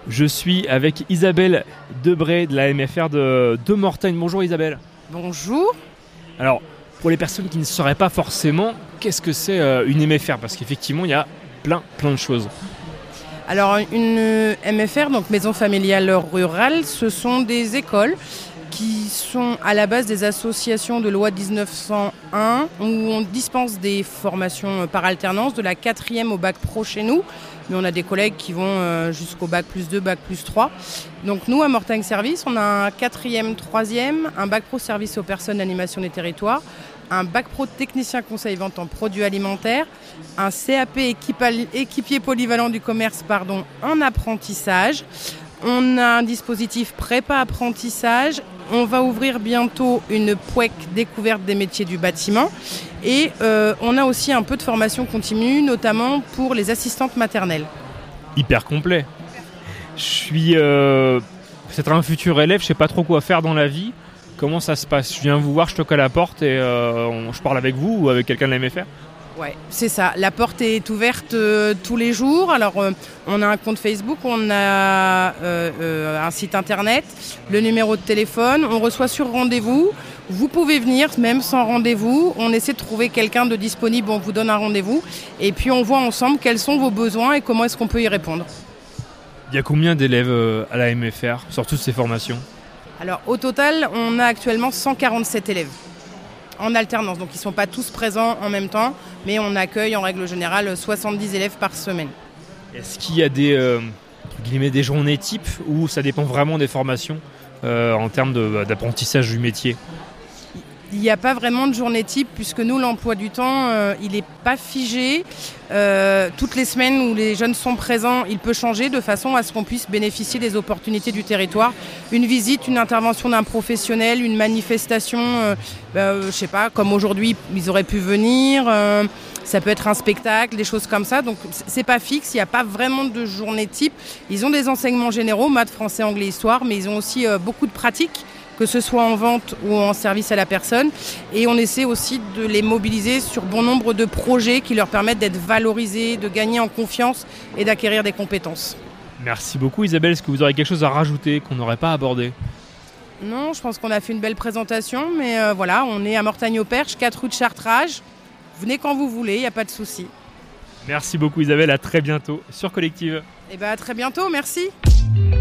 Je suis avec Isabelle Debré de la MFR de Mortagne. Bonjour Isabelle. Bonjour. Alors, pour les personnes qui ne sauraient pas forcément, qu'est-ce que c'est une MFR? Parce qu'effectivement, il y a plein de choses. Alors, une MFR, donc Maison Familiale Rurale, ce sont des écoles qui sont à la base des associations de loi 1901 où on dispense des formations par alternance de la 4e au bac pro chez nous. Mais on a des collègues qui vont jusqu'au bac plus 2, bac plus 3. Donc nous, à Mortagne Service, on a un 4e, 3e, un bac pro service aux personnes animation des territoires, un bac pro technicien conseil vente en produits alimentaires, un CAP équipier polyvalent du commerce en apprentissage. On a un dispositif prépa apprentissage. On va ouvrir bientôt une POEC découverte des métiers du bâtiment. Et on a aussi un peu de formation continue, notamment pour les assistantes maternelles. Hyper complet. Je suis peut-être un futur élève, je ne sais pas trop quoi faire dans la vie. Comment ça se passe? Je viens vous voir, je toque à la porte et je parle avec vous ou avec quelqu'un de la MFR? Ouais, c'est ça. La porte est ouverte tous les jours. Alors, on a un compte Facebook, on a un site internet, le numéro de téléphone. On reçoit sur rendez-vous. Vous pouvez venir, même sans rendez-vous. On essaie de trouver quelqu'un de disponible, on vous donne un rendez-vous. Et puis, on voit ensemble quels sont vos besoins et comment est-ce qu'on peut y répondre. Il y a combien d'élèves à la MFR sur toutes ces formations? Alors, au total, on a actuellement 147 élèves en alternance. Donc, ils ne sont pas tous présents en même temps, mais on accueille en règle générale 70 élèves par semaine. Est-ce qu'il y a des journées types ou ça dépend vraiment des formations en termes d'apprentissage du métier? Il n'y a pas vraiment de journée type puisque nous, l'emploi du temps, il n'est pas figé. Toutes les semaines où les jeunes sont présents, il peut changer de façon à ce qu'on puisse bénéficier des opportunités du territoire. Une visite, une intervention d'un professionnel, une manifestation, je sais pas, comme aujourd'hui, ils auraient pu venir. Ça peut être un spectacle, des choses comme ça. Donc, c'est pas fixe, il n'y a pas vraiment de journée type. Ils ont des enseignements généraux, maths, français, anglais, histoire, mais ils ont aussi beaucoup de pratiques, que ce soit en vente ou en service à la personne. Et on essaie aussi de les mobiliser sur bon nombre de projets qui leur permettent d'être valorisés, de gagner en confiance et d'acquérir des compétences. Merci beaucoup Isabelle. Est-ce que vous aurez quelque chose à rajouter qu'on n'aurait pas abordé? Non, je pense qu'on a fait une belle présentation, mais voilà, on est à Mortagne-au-Perche, 4 rue de Chartrage. Venez quand vous voulez, il n'y a pas de souci. Merci beaucoup Isabelle, à très bientôt sur Collective. À très bientôt, merci.